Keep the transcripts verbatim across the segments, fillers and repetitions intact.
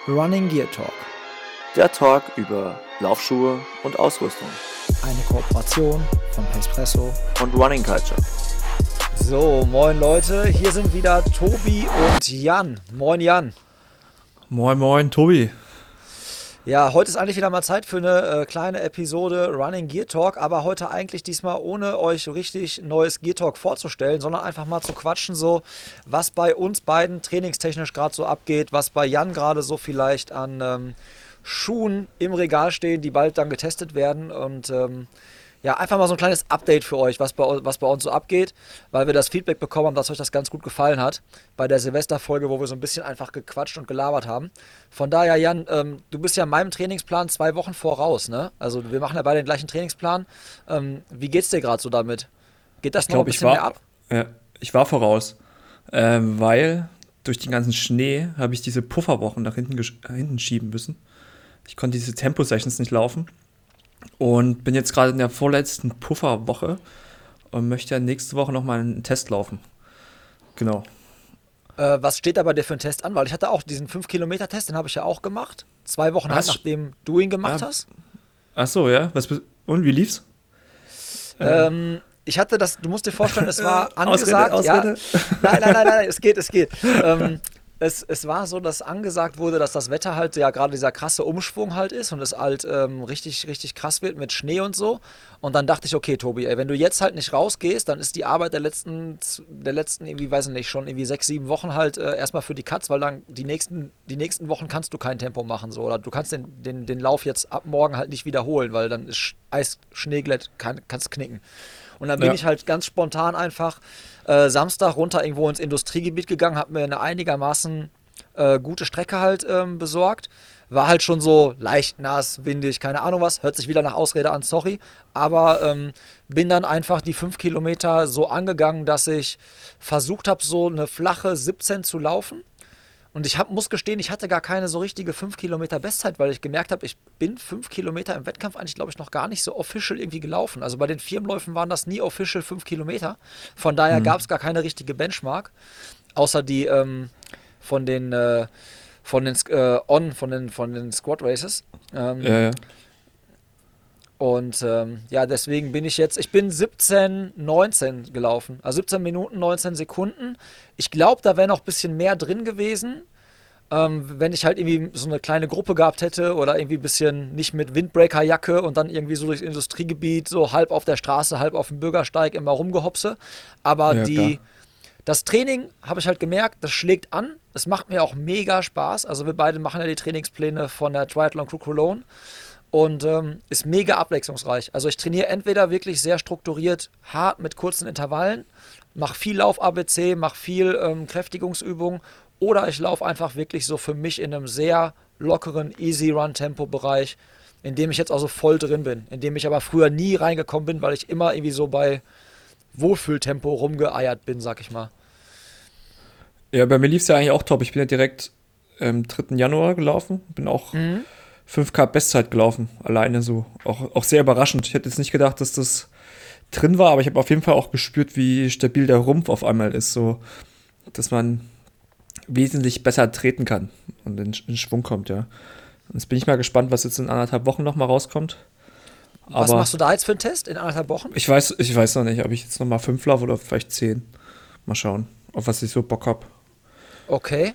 Running Gear Talk. Der Talk über Laufschuhe und Ausrüstung. Eine Kooperation von Pacepresso und Running Culture. So, moin Leute, hier sind wieder Tobi und Jan. Moin Jan. Moin moin Tobi. Ja, heute ist eigentlich wieder mal Zeit für eine äh, kleine Episode Running Gear Talk, aber heute eigentlich diesmal ohne euch richtig neues Gear Talk vorzustellen, sondern einfach mal zu quatschen, so was bei uns beiden trainingstechnisch gerade so abgeht, was bei Jan gerade so vielleicht an ähm, Schuhen im Regal stehen, die bald dann getestet werden und ähm, ja, einfach mal so ein kleines Update für euch, was bei, was bei uns so abgeht, weil wir das Feedback bekommen haben, dass euch das ganz gut gefallen hat bei der Silvesterfolge, wo wir so ein bisschen einfach gequatscht und gelabert haben. Von daher, Jan, ähm, du bist ja meinem Trainingsplan zwei Wochen voraus, ne? Also wir machen ja beide den gleichen Trainingsplan. Ähm, wie geht's dir gerade so damit? Geht das Ich noch ein glaube, ich bisschen war, mehr ab? ja, ich war voraus, ähm, weil durch den ganzen Schnee habe ich diese Pufferwochen nach hinten, gesch- äh, hinten schieben müssen. Ich konnte diese Tempo-Sessions nicht laufen und bin jetzt gerade in der vorletzten Pufferwoche und möchte nächste Woche nochmal einen Test laufen. Genau. Äh, was steht da bei dir für einen Test an? Weil ich hatte auch diesen fünf Kilometer Test, den habe ich ja auch gemacht. Zwei Wochen halt, Hast- nachdem du ihn gemacht Ah, hast. Ach so, ja. Was, be- und wie lief's? Ähm, ich hatte das, du musst dir vorstellen, es war Äh, angesagt. Ausrede, Ausrede. Ja, nein, nein, nein, nein, es geht, es geht. Ähm, es, es war so, dass angesagt wurde, dass das Wetter halt ja gerade dieser krasse Umschwung halt ist und es halt ähm, richtig, richtig krass wird mit Schnee und so. Und dann dachte ich, okay, Tobi, ey, wenn du jetzt halt nicht rausgehst, dann ist die Arbeit der letzten, der letzten irgendwie, weiß ich nicht, schon irgendwie sechs, sieben Wochen halt äh, erstmal für die Katz, weil dann die nächsten, die nächsten Wochen kannst du kein Tempo machen, so. Oder du kannst den, den, den Lauf jetzt ab morgen halt nicht wiederholen, weil dann ist Eis, Schneeglätt, kann, kannst knicken. Und dann bin Ja. ich halt ganz spontan einfach äh, Samstag runter irgendwo ins Industriegebiet gegangen, habe mir eine einigermaßen äh, gute Strecke halt ähm, besorgt. War halt schon so leicht nass, windig, keine Ahnung was. Hört sich wieder nach Ausrede an, sorry. Aber ähm, bin dann einfach die fünf Kilometer so angegangen, dass ich versucht habe, so eine flache siebzehn zu laufen. Und ich hab, muss gestehen, ich hatte gar keine so richtige fünf Kilometer Bestzeit, weil ich gemerkt habe, ich bin fünf Kilometer im Wettkampf eigentlich, glaube ich, noch gar nicht so official irgendwie gelaufen. Also bei den Firmenläufen waren das nie official fünf Kilometer. Von daher Mhm. gab es gar keine richtige Benchmark, außer die ähm, von den äh, von den äh, On, von den von den Squad Races. Ähm, Ja, ja. und ähm, ja, deswegen bin ich jetzt, ich bin siebzehn neunzehn gelaufen. Also siebzehn Minuten, neunzehn Sekunden. Ich glaube, da wäre noch ein bisschen mehr drin gewesen, ähm, wenn ich halt irgendwie so eine kleine Gruppe gehabt hätte oder irgendwie ein bisschen nicht mit Windbreaker-Jacke und dann irgendwie so durchs Industriegebiet, so halb auf der Straße, halb auf dem Bürgersteig immer rumgehopse. Aber Ja, die, klar. das Training habe ich halt gemerkt, das schlägt an. Es macht mir auch mega Spaß. Also wir beide machen ja die Trainingspläne von der Triathlon Crew Cologne. Und ähm, ist mega abwechslungsreich. Also ich trainiere entweder wirklich sehr strukturiert, hart mit kurzen Intervallen, mache viel Lauf-A B C, mache viel ähm, Kräftigungsübungen oder ich laufe einfach wirklich so für mich in einem sehr lockeren Easy-Run-Tempo-Bereich, in dem ich jetzt also voll drin bin, in dem ich aber früher nie reingekommen bin, weil ich immer irgendwie so bei Wohlfühltempo rumgeeiert bin, sag ich mal. Ja, bei mir lief es ja eigentlich auch top. Ich bin ja direkt am dritten Januar gelaufen. Bin auch Mhm. fünf K Bestzeit gelaufen. Alleine so. Auch, auch sehr überraschend. Ich hätte jetzt nicht gedacht, dass das drin war, aber ich habe auf jeden Fall auch gespürt, wie stabil der Rumpf auf einmal ist. So, dass man wesentlich besser treten kann und in, in Schwung kommt, ja. Und jetzt bin ich mal gespannt, was jetzt in anderthalb Wochen nochmal rauskommt. Was Aber machst du da jetzt für einen Test in anderthalb Wochen? ich weiß, ich weiß noch nicht, ob ich jetzt nochmal fünf laufe oder vielleicht zehn. Mal schauen, auf was ich so Bock habe. Okay.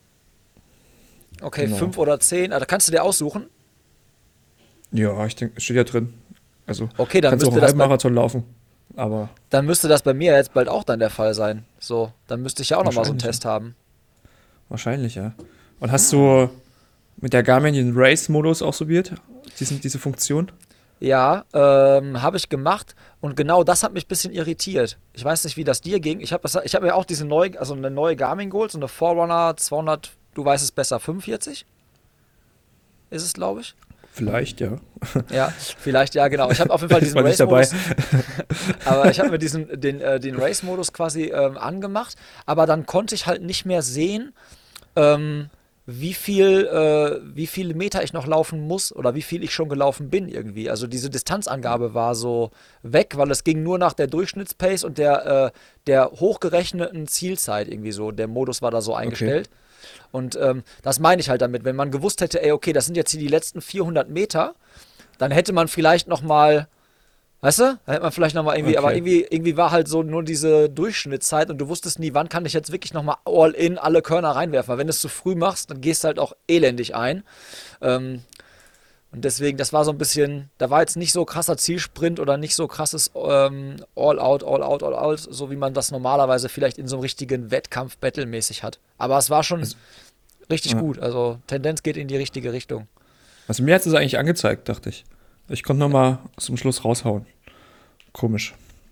Okay, Genau. fünf oder zehn. Also kannst du dir aussuchen? Ja, ich denke, steht ja drin. Also Okay, dann kannst du auch müsste einen das bei, Halbmarathon laufen. Aber dann müsste das bei mir jetzt bald auch dann der Fall sein. So, dann müsste ich ja auch nochmal so einen Wahrscheinlich, Test haben. wahrscheinlich, ja. Und hast du mit der Garmin den Race-Modus ausprobiert? Diesen, diese Funktion? Ja, ähm, habe ich gemacht und genau das hat mich ein bisschen irritiert. Ich weiß nicht, wie das dir ging. Ich habe ich hab mir auch diese neue, also eine neue Garmin geholt, so eine Forerunner zweihundert, du weißt es besser, fünfundvierzig ist es, glaube ich. Vielleicht, ja. Ja, vielleicht, ja, genau. Ich habe auf jeden Fall Ich diesen war nicht dabei. Race-Modus, aber ich habe mir diesen, den, äh, den Race-Modus quasi ähm, angemacht, aber dann konnte ich halt nicht mehr sehen, ähm, wie viel, äh, wie viele Meter ich noch laufen muss oder wie viel ich schon gelaufen bin irgendwie. Also diese Distanzangabe war so weg, weil es ging nur nach der Durchschnittspace und der, äh, der hochgerechneten Zielzeit irgendwie so. Der Modus war da so Okay. eingestellt. Und ähm, das meine ich halt damit. Wenn man gewusst hätte, ey, okay, das sind jetzt hier die letzten vierhundert Meter, dann hätte man vielleicht noch mal, weißt du, dann hätte man vielleicht noch mal irgendwie, Okay. aber irgendwie, irgendwie war halt so nur diese Durchschnittszeit und du wusstest nie, wann kann ich jetzt wirklich noch mal all in alle Körner reinwerfen. Weil wenn du es zu früh machst, dann gehst du halt auch elendig ein. Ähm, und deswegen, das war so ein bisschen, da war jetzt nicht so krasser Zielsprint oder nicht so krasses ähm, All-Out, All-Out, All-Out, so wie man das normalerweise vielleicht in so einem richtigen Wettkampf battlemäßig hat. Aber es war schon Also, richtig ja. gut. Also Tendenz geht in die richtige Richtung. Also mir hat es eigentlich angezeigt, dachte ich. Ich konnte noch mal zum Schluss raushauen. Komisch.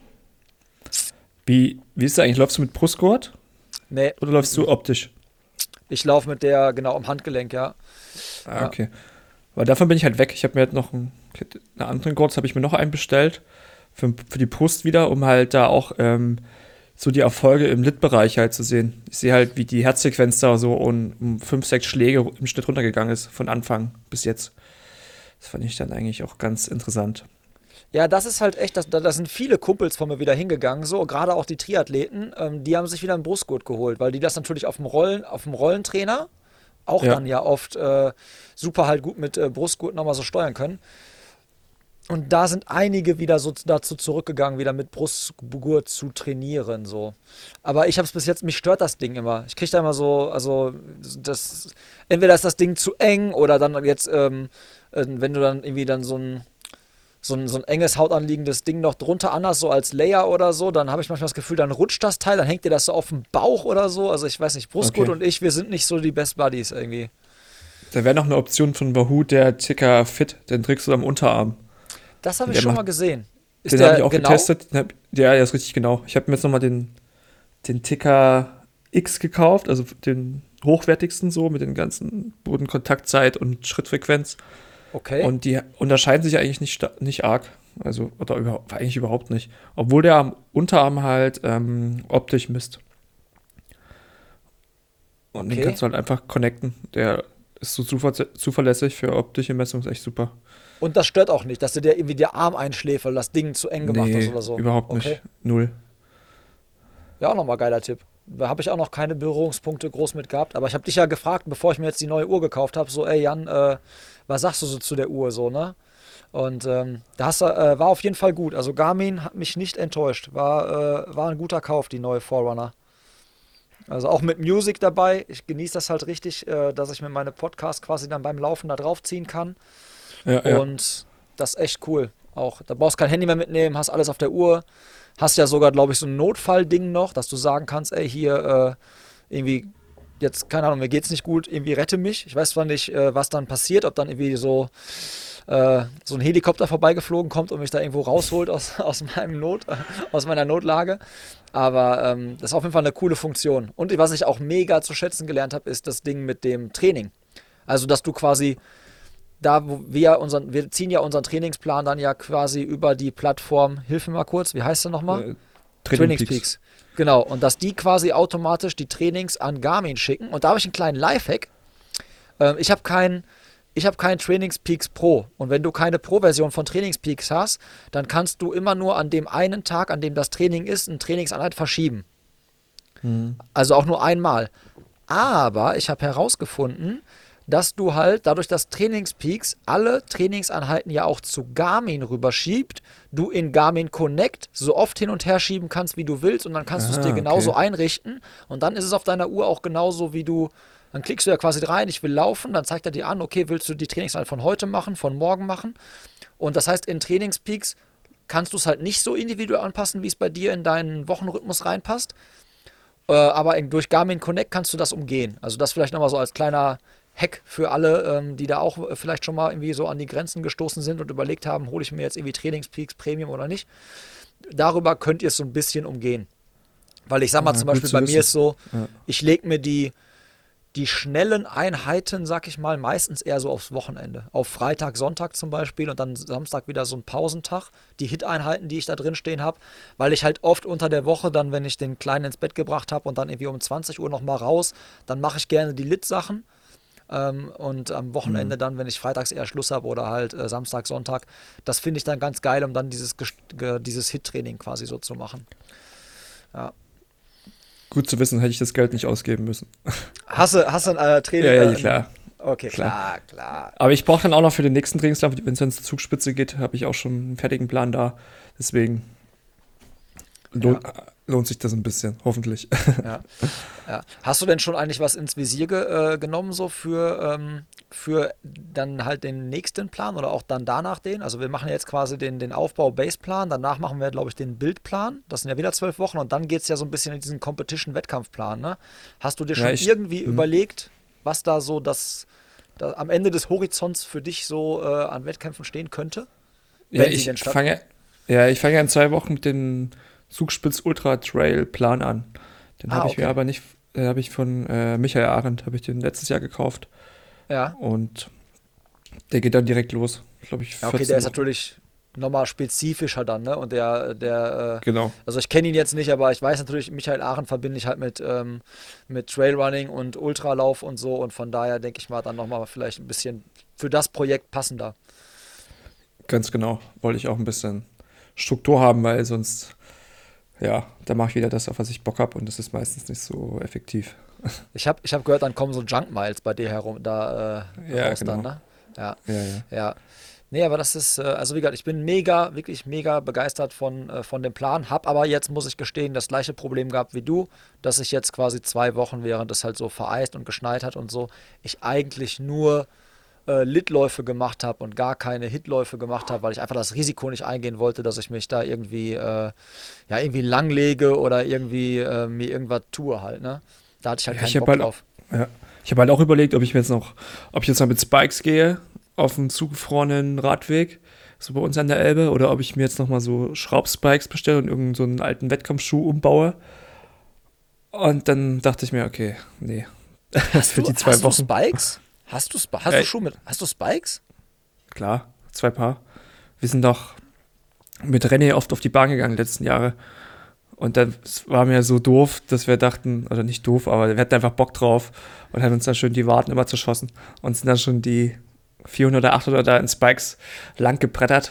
Wie, wie ist es eigentlich? Läufst du mit Brustgurt Nee, oder läufst du optisch? ich laufe mit der genau am Handgelenk, ja. Ah, Ja. okay. Weil davon bin ich halt weg. Ich habe mir halt noch einen, einen anderen Gurt, habe ich mir noch einen bestellt. Für, für die Brust wieder, um halt da auch ähm, so die Erfolge im Lit-Bereich halt zu sehen. Ich sehe halt, wie die Herzfrequenz da so um, um fünf, sechs Schläge im Schnitt runtergegangen ist, von Anfang bis jetzt. Das fand ich dann eigentlich auch ganz interessant. Ja, das ist halt echt, das, da da sind viele Kumpels von mir wieder hingegangen, so, gerade auch die Triathleten, ähm, die haben sich wieder einen Brustgurt geholt, weil die das natürlich auf dem Rollen, auf dem Rollentrainer auch Ja. dann ja oft äh, super halt gut mit äh, Brustgurt nochmal so steuern können. Und da sind einige wieder so dazu zurückgegangen, wieder mit Brustgurt zu trainieren, so. Aber ich habe es bis jetzt, mich stört das Ding immer. Ich kriege da immer so, also das, entweder ist das Ding zu eng oder dann jetzt, ähm, äh, wenn du dann irgendwie dann so ein so ein, so ein enges hautanliegendes Ding noch drunter anders, so als Layer oder so, dann habe ich manchmal das Gefühl, dann rutscht das Teil, dann hängt dir das so auf dem Bauch oder so. Also ich weiß nicht, Brustgurt Okay. und ich, wir sind nicht so die Best Buddies irgendwie. Da wäre noch eine Option von Wahoo, der Ticker Fit, den trägst du am Unterarm. Das habe ich Der schon macht- mal gesehen. Ist Den habe der ich auch genau? getestet. Den hab, ja, der ist richtig genau. Ich habe mir jetzt nochmal den, den Ticker X gekauft, also den hochwertigsten so, mit den ganzen Bodenkontaktzeit und Schrittfrequenz. Okay. Und die unterscheiden sich eigentlich nicht, sta- nicht arg. Also, oder überhaupt, eigentlich überhaupt nicht. Obwohl der am Unterarm halt ähm, optisch misst. Und den Okay. kannst du halt einfach connecten. Der ist so zuver- zuverlässig für optische Messung, ist echt super. Und das stört auch nicht, dass dir der irgendwie der Arm einschläft, weil das Ding zu eng gemacht ist oder so. überhaupt Okay. nicht. Null. Ja, auch nochmal geiler Tipp. Da habe ich auch noch keine Berührungspunkte groß mit gehabt. Aber ich habe dich ja gefragt, bevor ich mir jetzt die neue Uhr gekauft habe, so, ey Jan, äh, was sagst du so zu der Uhr so, ne? Und ähm, da hast du, äh, war auf jeden Fall gut. Also Garmin hat mich nicht enttäuscht. War, äh, war ein guter Kauf, die neue Forerunner. Also auch mit Music dabei. Ich genieße das halt richtig, äh, dass ich mir meine Podcasts quasi dann beim Laufen da draufziehen kann. Ja, ja. Und das ist echt cool. Auch, da brauchst kein Handy mehr mitnehmen, hast alles auf der Uhr. Hast ja sogar, glaube ich, so ein Notfallding noch, dass du sagen kannst, ey, hier, äh, irgendwie, jetzt, keine Ahnung, mir geht's nicht gut, irgendwie rette mich. Ich weiß zwar nicht, äh, was dann passiert, ob dann irgendwie so, äh, so ein Helikopter vorbeigeflogen kommt und mich da irgendwo rausholt aus, aus meinem Not, aus meiner Notlage. Aber ähm, das ist auf jeden Fall eine coole Funktion. Und was ich auch mega zu schätzen gelernt habe, ist das Ding mit dem Training. Also, dass du quasi da, wo wir unseren, wir ziehen ja unseren Trainingsplan dann ja quasi über die Plattform, hilf mir mal kurz, wie heißt der nochmal? Äh, Training Peaks. Trainingspeaks. Genau, und dass die quasi automatisch die Trainings an Garmin schicken. Und da habe ich einen kleinen Lifehack. Ähm, ich habe kein, ich habe kein Trainingspeaks Pro. Und wenn du keine Pro-Version von Trainingspeaks hast, dann kannst du immer nur an dem einen Tag, an dem das Training ist, eine Trainingseinheit verschieben. Hm. Also auch nur einmal. Aber ich habe herausgefunden, dass du halt dadurch, dass Trainingspeaks alle Trainingseinheiten ja auch zu Garmin rüberschiebt, du in Garmin Connect so oft hin und her schieben kannst, wie du willst, und dann kannst du es Ah, dir genauso okay. einrichten, und dann ist es auf deiner Uhr auch genauso, wie du, dann klickst du ja quasi rein, ich will laufen, dann zeigt er dir an, okay, willst du die Trainingseinheit von heute machen, von morgen machen, und das heißt, in Trainingspeaks kannst du es halt nicht so individuell anpassen, wie es bei dir in deinen Wochenrhythmus reinpasst, äh, aber in, durch Garmin Connect kannst du das umgehen. Also das vielleicht nochmal so als kleiner Hack für alle, ähm, die da auch äh, vielleicht schon mal irgendwie so an die Grenzen gestoßen sind und überlegt haben, hole ich mir jetzt irgendwie Trainingspeaks Premium oder nicht. Darüber könnt ihr es so ein bisschen umgehen. Weil ich sag mal, Ja, zum gut Beispiel zu bei mir wissen. ist so, Ja. ich lege mir die, die schnellen Einheiten, sag ich mal, meistens eher so aufs Wochenende. Auf Freitag, Sonntag zum Beispiel und dann Samstag wieder so ein Pausentag. Die Hit-Einheiten, die ich da drin stehen habe, weil ich halt oft unter der Woche dann, wenn ich den Kleinen ins Bett gebracht habe und dann irgendwie um zwanzig Uhr nochmal raus, dann mache ich gerne die Lit-Sachen. Ähm, und am Wochenende dann, wenn ich freitags eher Schluss habe oder halt äh, Samstag, Sonntag, das finde ich dann ganz geil, um dann dieses, ges- ge- dieses Hit-Training quasi so zu machen. Ja. Gut zu wissen, hätte ich das Geld nicht ausgeben müssen. Hast du, hast du ein äh, Training? Ja, ja, äh, klar. Okay, Klar. klar, klar. Aber ich brauche dann auch noch für den nächsten Trainingslauf, wenn es dann zur Zugspitze geht, habe ich auch schon einen fertigen Plan da. Deswegen lohnt, lohnt sich das ein bisschen, hoffentlich. Ja, ja. Hast du denn schon eigentlich was ins Visier ge, äh, genommen, so für, ähm, für dann halt den nächsten Plan oder auch dann danach den? Also wir machen jetzt quasi den, den Aufbau-Base-Plan, danach machen wir, glaube ich, den Bildplan. Das sind ja wieder zwölf Wochen und dann geht es ja so ein bisschen in diesen Competition-Wettkampfplan, ne? Hast du dir Ja, schon ich- irgendwie hm. überlegt, was da so das, da am Ende des Horizonts für dich so äh, an Wettkämpfen stehen könnte? Ja, Wenn sie ich denn fange ja, ich fange ja in zwei Wochen mit dem Zugspitz Ultra Trail Plan an. Den Ah, habe ich okay. mir aber nicht, den habe ich von äh, Michael Arendt, habe ich den letztes Jahr gekauft Ja. und der geht dann direkt los, glaube ich, Ja, okay, vierzehn der ist Wochen. natürlich nochmal spezifischer dann, ne? Und der, der, äh, Genau. also ich kenne ihn jetzt nicht, aber ich weiß natürlich, Michael Arendt verbinde ich halt mit, ähm, mit Trailrunning und Ultralauf und so und von daher denke ich mal dann nochmal vielleicht ein bisschen für das Projekt passender. Ganz genau. Wollte ich auch ein bisschen Struktur haben, weil sonst, ja, da mache ich wieder das, auf was ich Bock habe und das ist meistens nicht so effektiv. Ich habe ich hab gehört, dann kommen so Junk Miles bei dir herum, da äh, Ja, raus dann, genau. ne? Ja, Ja, ja. ja. Nee, aber das ist, äh, also wie gesagt, ich bin mega, wirklich mega begeistert von, äh, von dem Plan, hab aber jetzt, muss ich gestehen, das gleiche Problem gehabt wie du, dass ich jetzt quasi zwei Wochen, während es halt so vereist und geschneit hat und so, ich eigentlich nur äh, Litläufe gemacht habe und gar keine Hitläufe gemacht habe, weil ich einfach das Risiko nicht eingehen wollte, dass ich mich da irgendwie, äh, ja, irgendwie langlege oder irgendwie äh, mir irgendwas tue halt, ne? Da hatte ich halt Ja, keinen ich habe Bock halt, drauf. ja, ich habe halt auch überlegt, ob ich mir jetzt noch, ob ich jetzt noch mit Spikes gehe auf einen zugefrorenen Radweg, so bei uns an der Elbe, oder ob ich mir jetzt noch mal so Schraubspikes bestelle und irgendeinen so einen alten Wettkampfschuh umbaue. Und dann dachte ich mir, okay, nee, Hast für du, die zwei hast du Wochen, Spikes? Hast du, Sp- hast du Ey. Schuhe mit? Hast du Spikes? klar, zwei Paar. Wir sind doch mit René oft auf die Bahn gegangen letzten Jahre. Und dann war mir so doof, dass wir dachten, oder nicht doof, aber wir hatten einfach Bock drauf und haben uns dann schön die Waden immer zerschossen und sind dann schon die vierhundert oder achthundert da in Spikes lang gebrettert.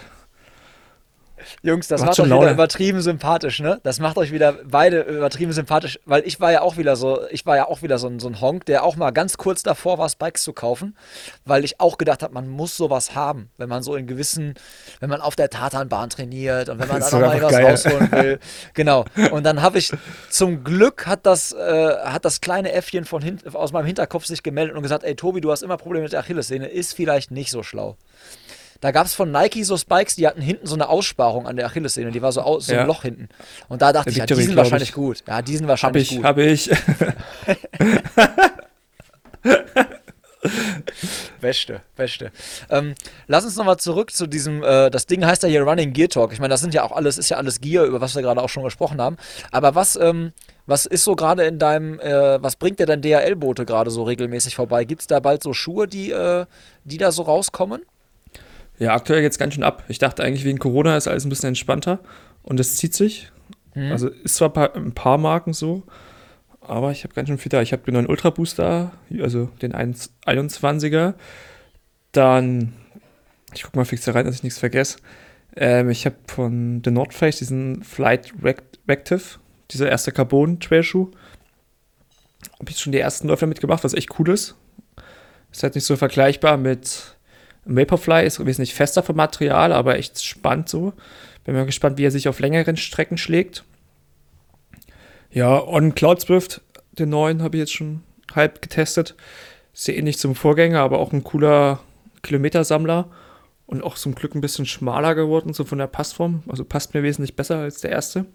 Jungs, das Macht macht schon euch wieder Laune. übertrieben sympathisch, ne? Das macht euch wieder beide übertrieben sympathisch, weil ich war ja auch wieder so, ich war ja auch wieder so ein, so ein Honk, der auch mal ganz kurz davor war, Spikes zu kaufen, weil ich auch gedacht habe, man muss sowas haben, wenn man so in gewissen, wenn man auf der Tatanbahn trainiert und wenn man Das da ist nochmal einfach was geil. rausholen will. Genau. Und dann habe ich, zum Glück hat das, äh, hat das kleine Äffchen von hin, aus meinem Hinterkopf sich gemeldet und gesagt, ey Tobi, du hast immer Probleme mit der Achillessehne, ist vielleicht nicht so schlau. Da gab es von Nike so Spikes, die hatten hinten so eine Aussparung an der Achillessehne, die war so, aus, so ein Ja. Loch hinten. Und da dachte Der ich, ja, Victory, die sind glaub wahrscheinlich ich. gut. Ja, die sind Hab wahrscheinlich ich, gut. hab ich. Beste, beste. Ähm, lass uns nochmal zurück zu diesem, äh, das Ding heißt ja hier Running Gear Talk. Ich meine, das sind ja auch alles, ist ja alles Gear, über was wir gerade auch schon gesprochen haben. Aber was, ähm, was ist so gerade in deinem, äh, was bringt dir dein D H L-Bote gerade so regelmäßig vorbei? Gibt es da bald so Schuhe, die, äh, die da so rauskommen? Ja, aktuell geht's ganz schön ab. Ich dachte eigentlich, wegen Corona ist alles ein bisschen entspannter und es zieht sich. Hm? Also ist zwar bei ein paar Marken so, aber ich habe ganz schön viel da. Ich habe den neuen Ultra Booster, also den einundzwanziger. Dann, ich guck mal fix da rein, dass ich nichts vergesse. Ähm, ich habe von The North Face diesen Flight Reactive, dieser erste Carbon-Trailschuh. Habe ich schon die ersten Läufe damit gemacht, was echt cool ist. Ist halt nicht so vergleichbar mit Vaporfly, ist wesentlich fester vom Material, aber echt spannend so. Bin mal gespannt, wie er sich auf längeren Strecken schlägt. Ja, On Cloud Swift, den neuen, habe ich jetzt schon halb getestet. Sehr ähnlich zum Vorgänger, aber auch ein cooler Kilometersammler. Und auch zum Glück ein bisschen schmaler geworden, so von der Passform. Also passt mir wesentlich besser als der erste.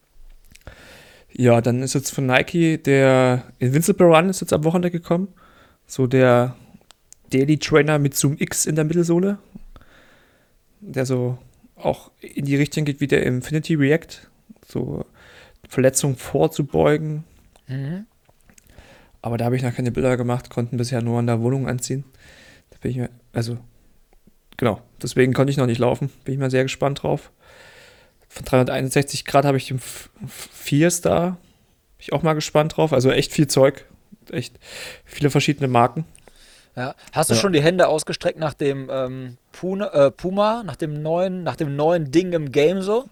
Ja, dann ist jetzt von Nike der Invincible Run ist jetzt am Wochenende gekommen. So der Daily Trainer mit Zoom X in der Mittelsohle. Der so auch in die Richtung geht wie der Infinity React. So Verletzungen vorzubeugen. Mhm. Aber da habe ich noch keine Bilder gemacht, konnten bisher nur in der Wohnung anziehen. Da bin ich mir, also, genau, deswegen konnte ich noch nicht laufen. Bin ich mal sehr gespannt drauf. Von dreihunderteinundsechzig Grad habe ich den vier Star. Bin ich auch mal gespannt drauf. Also echt viel Zeug. Echt viele verschiedene Marken. Ja. Hast du Ja. schon die Hände ausgestreckt nach dem ähm, Puna, äh, Puma, nach dem neuen, nach dem neuen Ding im Game so?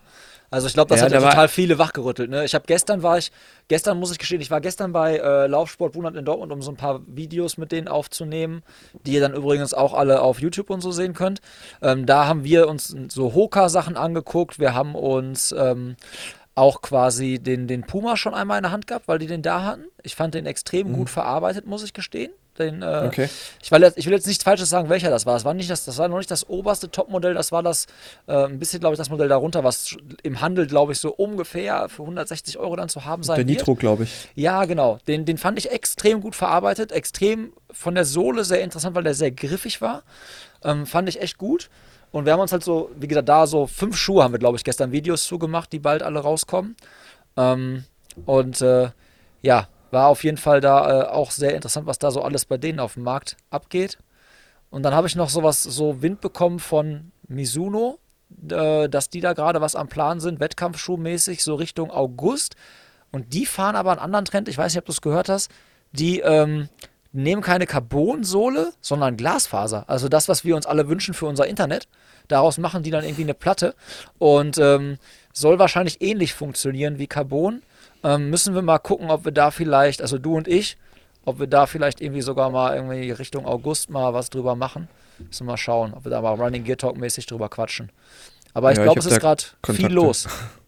Also ich glaube, das Ja, hat ja da war, total viele wachgerüttelt. Ne? Ich habe gestern war ich, gestern muss ich gestehen, ich war gestern bei äh, Laufsport Bunert in Dortmund, um so ein paar Videos mit denen aufzunehmen, die ihr dann übrigens auch alle auf YouTube und so sehen könnt. Ähm, da haben wir uns so Hoka-Sachen angeguckt. Wir haben uns ähm, auch quasi den, den Puma schon einmal in der Hand gehabt, weil die den da hatten. Ich fand den extrem gut mhm, verarbeitet, muss ich gestehen. Den, äh, okay. ich, will jetzt, ich will jetzt nichts Falsches sagen, welcher das war. Das war, nicht das, das war noch nicht das oberste Topmodell, das war das, äh, ein bisschen, glaube ich, das Modell darunter, was im Handel, glaube ich, so ungefähr für hundertsechzig Euro dann zu haben Der sein wird. Nitro, glaube ich. Ja, genau. Den, den fand ich extrem gut verarbeitet, extrem von der Sohle sehr interessant, weil der sehr griffig war. Ähm, fand ich echt gut. Und wir haben uns halt so, wie gesagt, da so fünf Schuhe haben wir, glaube ich, gestern Videos zugemacht, die bald alle rauskommen. Ähm, und äh, ja, war auf jeden Fall da äh, auch sehr interessant, was da so alles bei denen auf dem Markt abgeht. Und dann habe ich noch sowas, so Wind bekommen von Mizuno, äh, dass die da gerade was am Plan sind, Wettkampfschuhmäßig, so Richtung August. Und die fahren aber einen anderen Trend, ich weiß nicht, ob du es gehört hast, die ähm, nehmen keine Carbonsohle, sondern Glasfaser. Also das, was wir uns alle wünschen für unser Internet. Daraus machen die dann irgendwie eine Platte und ähm, soll wahrscheinlich ähnlich funktionieren wie Carbon. Ähm, müssen wir mal gucken, ob wir da vielleicht, also du und ich, ob wir da vielleicht irgendwie sogar mal irgendwie Richtung August mal was drüber machen. Müssen wir mal schauen, ob wir da mal Running Gear Talk mäßig drüber quatschen. Aber ich Ja, ich glaube, es habe ist da gerade viel Kontakte. los.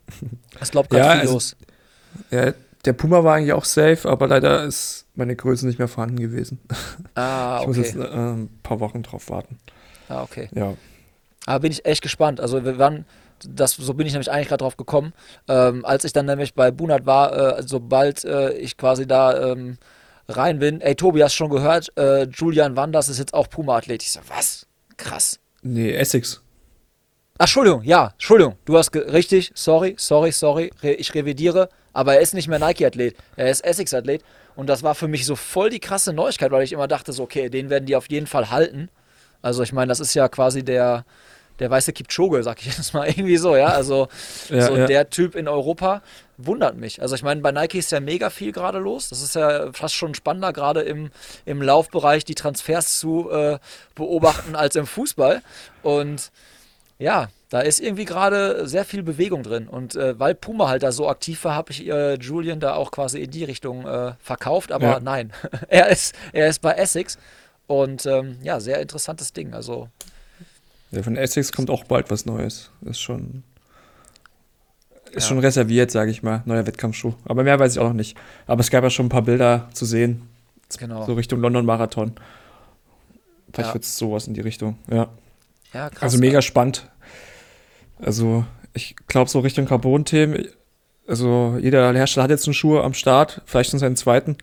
Ich glaube gerade Ja, viel also los. ja, der Puma war eigentlich auch safe, aber leider ist meine Größe nicht mehr vorhanden gewesen. Ah, Ich muss okay. jetzt äh, ein paar Wochen drauf warten. Ah, okay. Ja, Aber bin ich echt gespannt. Also wir waren, das, so bin ich nämlich eigentlich gerade drauf gekommen. Ähm, als ich dann nämlich bei Bunert war, äh, sobald äh, ich quasi da ähm, rein bin, ey Tobi, hast du schon gehört, äh, Julian Wanders ist jetzt auch Puma-Athlet. Ich so, was? Krass. nee, Essex. Ach, Entschuldigung, ja, Entschuldigung, du hast ge- richtig, sorry, sorry, sorry, re ich revidiere, aber er ist nicht mehr Nike-Athlet, er ist Essex-Athlet und das war für mich so voll die krasse Neuigkeit, weil ich immer dachte so, okay, den werden die auf jeden Fall halten. Also ich meine, das ist ja quasi der, der weiße Kipchoge, sag ich jetzt mal irgendwie so, ja, also Ja, so ja. der Typ in Europa wundert mich. Also ich meine, bei Nike ist ja mega viel gerade los, das ist ja fast schon spannender, gerade im, im Laufbereich die Transfers zu äh, beobachten als im Fußball und ja, da ist irgendwie gerade sehr viel Bewegung drin. Und äh, weil Puma halt da so aktiv war, habe ich äh, Julian da auch quasi in die Richtung äh, verkauft. Aber Ja. nein, er ist, er ist bei Essex. Und ähm, ja, sehr interessantes Ding. Also, Ja, von Essex kommt auch bald was Neues. Ist schon, ist ja, schon reserviert, sage ich mal. Neuer Wettkampfschuh. Aber mehr weiß ich auch noch nicht. Aber es gab ja schon ein paar Bilder zu sehen. genau. So Richtung London-Marathon. Vielleicht Ja, wird es sowas in die Richtung. Ja. ja, Also krass. Äh, mega spannend. Also ich glaube so Richtung Carbon-Themen. Also jeder Hersteller hat jetzt einen Schuh am Start. Vielleicht schon seinen zweiten.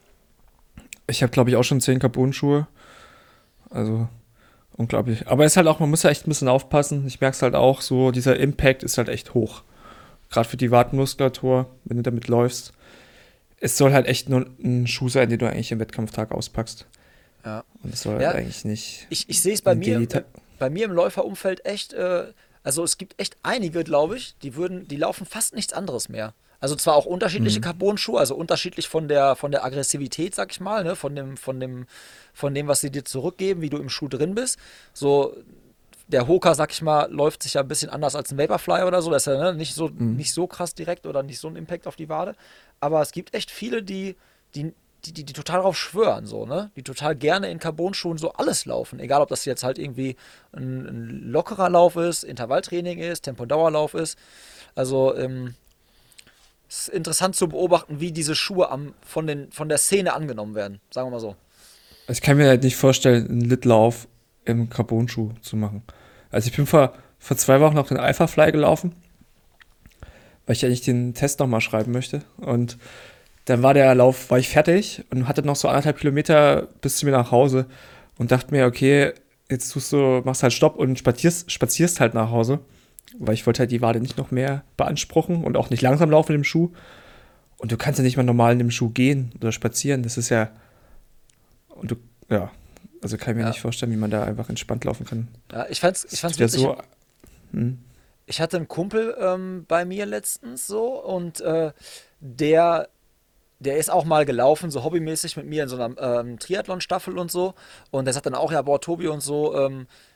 Ich habe glaube ich auch schon zehn Carbon-Schuhe. Also unglaublich. Aber es ist halt auch, man muss ja echt ein bisschen aufpassen. Ich merke es halt auch, so dieser Impact ist halt echt hoch. Gerade für die Wadenmuskulatur, wenn du damit läufst. Es soll halt echt nur ein Schuh sein, den du eigentlich im Wettkampftag auspackst. ja. Und es soll halt Ja, eigentlich nicht ich, ich sehe es bei ein mir, im- Daily. äh, bei mir im Läuferumfeld echt, äh, also es gibt echt einige, glaube ich, die würden, die laufen fast nichts anderes mehr. Also zwar auch unterschiedliche Mhm. Carbon-Schuhe, also unterschiedlich von der von der Aggressivität, sag ich mal, ne, von dem von dem von dem, was sie dir zurückgeben, wie du im Schuh drin bist. So der Hoka, sag ich mal, läuft sich ja ein bisschen anders als ein Vaporfly oder so. Das ist ja ne, nicht so Mhm. nicht so krass direkt oder nicht so ein Impact auf die Wade. Aber es gibt echt viele, die die die, die, die total drauf schwören, so, ne? Die total gerne in Carbon-Schuhen so alles laufen. Egal, ob das jetzt halt irgendwie ein, ein lockerer Lauf ist, Intervalltraining ist, Tempo-Dauerlauf ist. Also, ähm, es ist interessant zu beobachten, wie diese Schuhe am, von, den, von der Szene angenommen werden. Sagen wir mal so. Ich kann mir halt nicht vorstellen, einen Litlauf im Carbon-Schuh zu machen. Also ich bin vor, vor zwei Wochen noch den Alphafly gelaufen, weil ich eigentlich den Test nochmal schreiben möchte. Und dann war der Lauf, war ich fertig und hatte noch so anderthalb Kilometer bis zu mir nach Hause und dachte mir, okay, jetzt tust du, machst halt Stopp und spazierst, spazierst halt nach Hause, weil ich wollte halt die Wade nicht noch mehr beanspruchen und auch nicht langsam laufen in dem Schuh. Und du kannst ja nicht mal normal in dem Schuh gehen oder spazieren. Das ist ja, und du, ja, also kann ich mir Ja, nicht vorstellen, wie man da einfach entspannt laufen kann. ja ich fand's, ich Das fand's tut ja witzig. so, hm, Ich hatte einen Kumpel ähm, bei mir letztens so und äh, der der ist auch mal gelaufen, so hobbymäßig mit mir in so einer ähm, Triathlon-Staffel und so. Und der sagt dann auch, ja, boah, Tobi und so, ähm,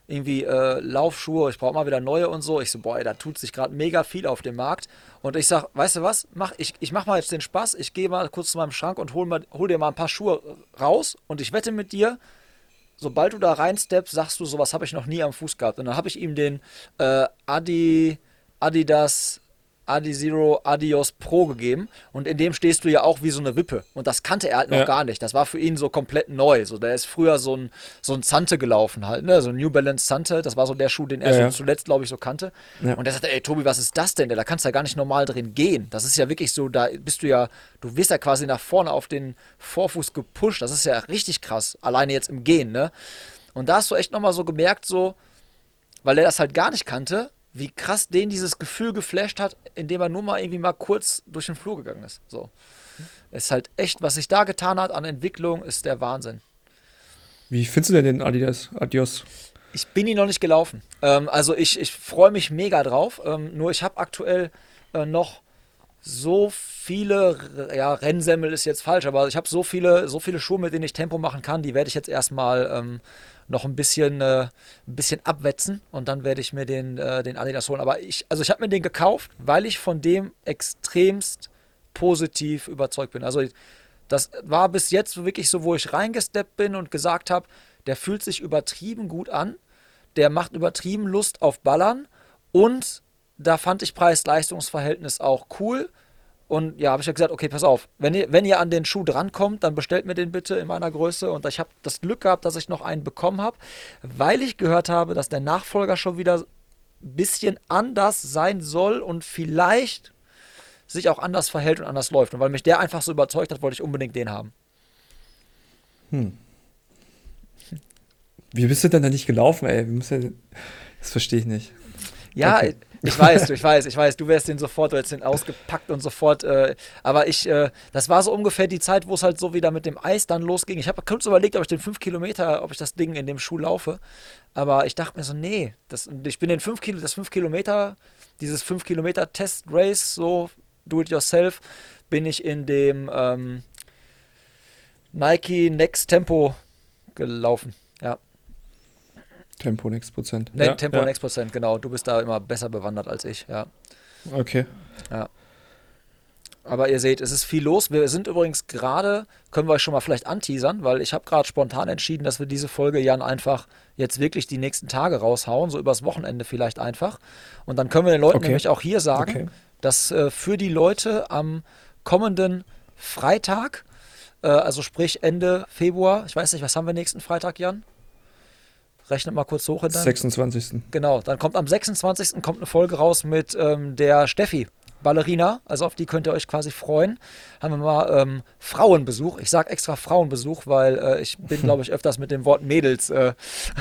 irgendwie äh, Laufschuhe, ich brauche mal wieder neue und so. Ich so, boah, ey, da tut sich gerade mega viel auf dem Markt. Und ich sag, weißt du was, mach, ich, ich mach mal jetzt den Spaß, ich gehe mal kurz zu meinem Schrank und hol, mal, hol dir mal ein paar Schuhe raus und ich wette mit dir, sobald du da reinsteppst, sagst du, sowas habe ich noch nie am Fuß gehabt. Und dann habe ich ihm den äh, Adi, Adidas Adizero Adios Pro gegeben und in dem stehst du ja auch wie so eine Wippe und das kannte er halt noch Ja. gar nicht. Das war für ihn so komplett neu. So, der ist früher so ein, so ein Zante gelaufen halt, ne? So ein New Balance Zante, das war so der Schuh, den er Ja, so ja. zuletzt, glaube ich, so kannte. Ja. Und der sagte, ey Tobi, was ist das denn? Da kannst du ja gar nicht normal drin gehen. Das ist ja wirklich so, da bist du ja, du wirst ja quasi nach vorne auf den Vorfuß gepusht. Das ist ja richtig krass, alleine jetzt im Gehen, ne? Und da hast du echt nochmal so gemerkt, so, weil er das halt gar nicht kannte, wie krass den dieses Gefühl geflasht hat, indem er nur mal irgendwie mal kurz durch den Flur gegangen ist. So. Ist halt echt, was sich da getan hat an Entwicklung, ist der Wahnsinn. Wie findest du denn den Adidas Adios? Ich bin ihn noch nicht gelaufen. Ähm, also ich, ich freue mich mega drauf. Ähm, nur ich habe aktuell äh, noch so viele, ja, Rennsemmel ist jetzt falsch, aber ich habe so viele, so viele Schuhe, mit denen ich Tempo machen kann, die werde ich jetzt erstmal ähm, noch ein bisschen, äh, ein bisschen abwetzen und dann werde ich mir den, äh, den Adidas holen. Aber ich, also ich habe mir den gekauft, weil ich von dem extremst positiv überzeugt bin. Also das war bis jetzt wirklich so, wo ich reingesteppt bin und gesagt habe, der fühlt sich übertrieben gut an, der macht übertrieben Lust auf Ballern und da fand ich Preis-Leistungs-Verhältnis auch cool. Und ja, habe ich ja gesagt, okay, pass auf, wenn ihr, wenn ihr an den Schuh drankommt, dann bestellt mir den bitte in meiner Größe. Und ich habe das Glück gehabt, dass ich noch einen bekommen habe, weil ich gehört habe, dass der Nachfolger schon wieder ein bisschen anders sein soll und vielleicht sich auch anders verhält und anders läuft. Und weil mich der einfach so überzeugt hat, wollte ich unbedingt den haben. Wie bist du denn da nicht gelaufen, ey? Wie muss ja, das verstehe ich nicht. Ja, Okay. ich weiß, ich weiß, ich weiß, du wärst den sofort, du hättest den ausgepackt und sofort, äh, aber ich, äh, das war so ungefähr die Zeit, wo es halt so wieder mit dem Eis dann losging. Ich habe kurz überlegt, ob ich den fünf Kilometer, ob ich das Ding in dem Schuh laufe, aber ich dachte mir so, nee, das, ich bin den fünf Kilo, das fünf Kilometer, dieses fünf Kilometer Test Race, so do it yourself, bin ich in dem ähm, Nike Next Tempo gelaufen, ja. Tempo nix Prozent. Ne, Ja, Tempo ja. Next Prozent, genau. Du bist da immer besser bewandert als ich, ja. Okay. Ja. Aber ihr seht, es ist viel los. Wir sind übrigens gerade, können wir euch schon mal vielleicht anteasern, weil ich habe gerade spontan entschieden, dass wir diese Folge, Jan, einfach jetzt wirklich die nächsten Tage raushauen, so übers Wochenende vielleicht einfach. Und dann können wir den Leuten Okay. nämlich auch hier sagen, Okay. dass äh, für die Leute am kommenden Freitag, äh, also sprich Ende Februar, ich weiß nicht, was haben wir nächsten Freitag, Jan? Rechnet mal kurz hoch in deinem. sechsundzwanzigsten Genau, dann kommt am sechsundzwanzigsten kommt eine Folge raus mit ähm, der Steffi, Ballerina, also auf die könnt ihr euch quasi freuen. Haben wir mal ähm, Frauenbesuch. Ich sage extra Frauenbesuch, weil äh, ich bin, glaube ich, öfters mit dem Wort Mädels äh,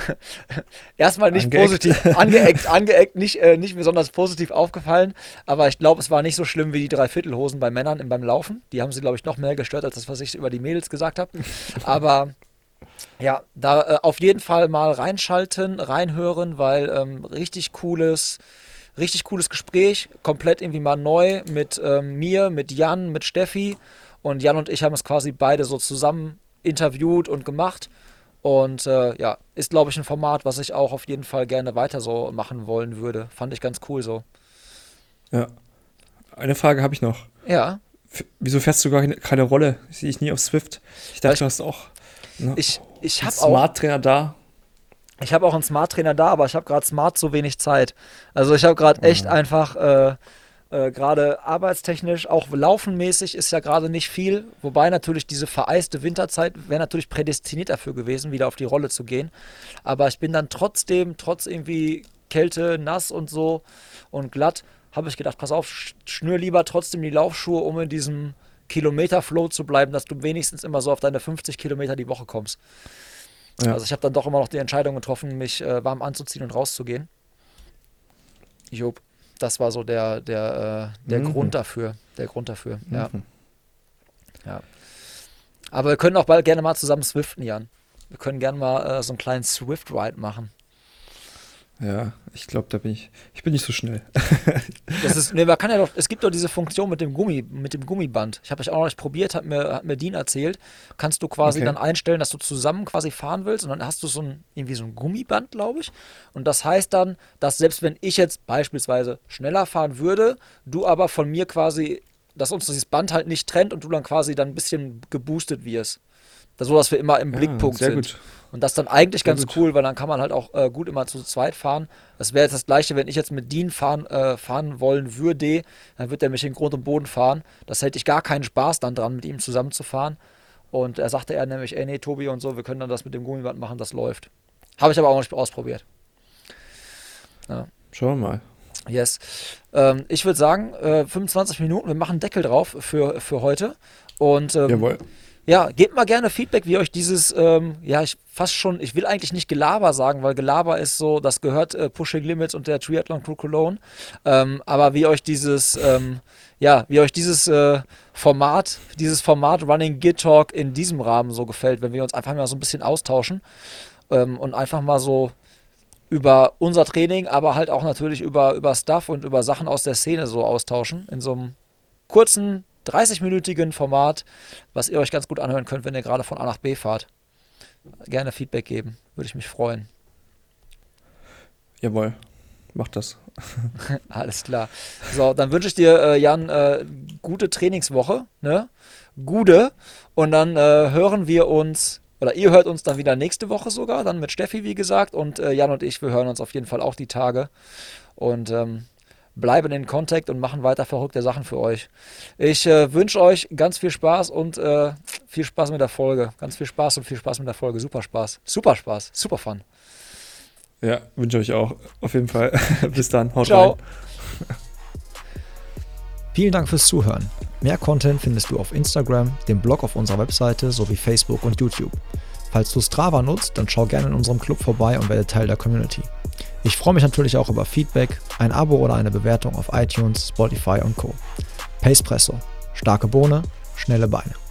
erstmal nicht Angeeckt. positiv angeeckt, angeeckt, nicht, äh, nicht besonders positiv aufgefallen, aber ich glaube, es war nicht so schlimm wie die Dreiviertelhosen bei Männern im- beim Laufen. Die haben sie, glaube ich, noch mehr gestört, als das, was ich über die Mädels gesagt habe. Aber ja, da äh, auf jeden Fall mal reinschalten, reinhören, weil ähm, richtig cooles, richtig cooles Gespräch, komplett irgendwie mal neu mit ähm, mir, mit Jan, mit Steffi und Jan und ich haben es quasi beide so zusammen interviewt und gemacht und äh, ja, ist glaube ich ein Format, was ich auch auf jeden Fall gerne weiter so machen wollen würde. Fand ich ganz cool so. Ja. Eine Frage habe ich noch. Ja, F wieso fährst du gar keine, keine Rolle? Sehe ich nie auf Swift. Ich dachte, ich- du hast auch ne, ich, ich einen habe auch Smart-Trainer da. Ich habe auch einen Smart-Trainer da, aber ich habe gerade smart so wenig Zeit. Also ich habe gerade echt einfach äh, äh, gerade arbeitstechnisch, auch laufenmäßig ist ja gerade nicht viel. Wobei natürlich diese vereiste Winterzeit wäre natürlich prädestiniert dafür gewesen, wieder auf die Rolle zu gehen. Aber ich bin dann trotzdem, trotz irgendwie Kälte, nass und so und glatt, habe ich gedacht, pass auf, sch- schnür lieber trotzdem die Laufschuhe, um in diesem Kilometer-Flow zu bleiben, dass du wenigstens immer so auf deine fünfzig Kilometer die Woche kommst. Ja. Also ich habe dann doch immer noch die Entscheidung getroffen, mich äh, warm anzuziehen und rauszugehen. Job, das war so der, der, äh, der Mhm. Grund dafür. Der Grund dafür, ja. Mhm. ja. Aber wir können auch bald gerne mal zusammen swiften, Jan. Wir können gerne mal äh, so einen kleinen Swift-Ride machen. Ja, ich glaube, da bin ich, ich bin nicht so schnell. Das ist, nee, man kann ja doch, es gibt doch diese Funktion mit dem Gummi, mit dem Gummiband. Ich habe das auch noch nicht probiert, hat mir, hat mir Dean erzählt. Kannst du quasi Okay. dann einstellen, dass du zusammen quasi fahren willst und dann hast du so ein, irgendwie so ein Gummiband, glaube ich. Und das heißt dann, dass selbst wenn ich jetzt beispielsweise schneller fahren würde, du aber von mir quasi, dass uns dieses Band halt nicht trennt und du dann quasi dann ein bisschen geboostet wirst. So, dass wir immer im Ja, Blickpunkt sehr sind. gut. Und das ist dann eigentlich Sehr ganz gut. cool, weil dann kann man halt auch äh, gut immer zu zweit fahren. Das wäre jetzt das Gleiche, wenn ich jetzt mit Dean fahren, äh, fahren wollen würde, dann wird er mich in Grund und Boden fahren. Das hätte ich gar keinen Spaß dann dran, mit ihm zusammen zu fahren. Und er sagte er nämlich, ey, nee, Tobi und so, wir können dann das mit dem Gummiband machen, das läuft. Habe ich aber auch nicht ausprobiert. Ja. Schauen wir mal. Yes. Ähm, ich würde sagen, äh, fünfundzwanzig Minuten, wir machen einen Deckel drauf für, für heute. Und ähm, Jawohl. ja, gebt mal gerne Feedback, wie euch dieses, ähm, ja, ich fast schon, ich will eigentlich nicht Gelaber sagen, weil Gelaber ist so, das gehört äh, Pushing Limits und der Triathlon Crew Cologne. Ähm, aber wie euch dieses, ähm, ja, wie euch dieses äh, Format, dieses Format Running Gear Talk in diesem Rahmen so gefällt, wenn wir uns einfach mal so ein bisschen austauschen ähm, und einfach mal so über unser Training, aber halt auch natürlich über, über Stuff und über Sachen aus der Szene so austauschen. In so einem kurzen, dreißig-minütigen Format, was ihr euch ganz gut anhören könnt, wenn ihr gerade von A nach B fahrt. Gerne Feedback geben, würde ich mich freuen. Jawohl. Mach das. Alles klar. So, dann wünsche ich dir, äh, Jan, äh, gute Trainingswoche, ne? Gute. Und dann äh, hören wir uns, oder ihr hört uns dann wieder nächste Woche sogar, dann mit Steffi, wie gesagt. Und äh, Jan und ich, wir hören uns auf jeden Fall auch die Tage. Und ähm, bleiben in Kontakt und machen weiter verrückte Sachen für euch. Ich äh, wünsche euch ganz viel Spaß und äh, viel Spaß mit der Folge. Ganz viel Spaß und viel Spaß mit der Folge. Super Spaß. Super Spaß. Super Fun. Ja, wünsche euch auch. Auf jeden Fall. Bis dann. Haut Ciao. rein. Vielen Dank fürs Zuhören. Mehr Content findest du auf Instagram, dem Blog auf unserer Webseite sowie Facebook und YouTube. Falls du Strava nutzt, dann schau gerne in unserem Club vorbei und werde Teil der Community. Ich freue mich natürlich auch über Feedback, ein Abo oder eine Bewertung auf iTunes, Spotify und Co. Pacepresso. Starke Bohne, schnelle Beine.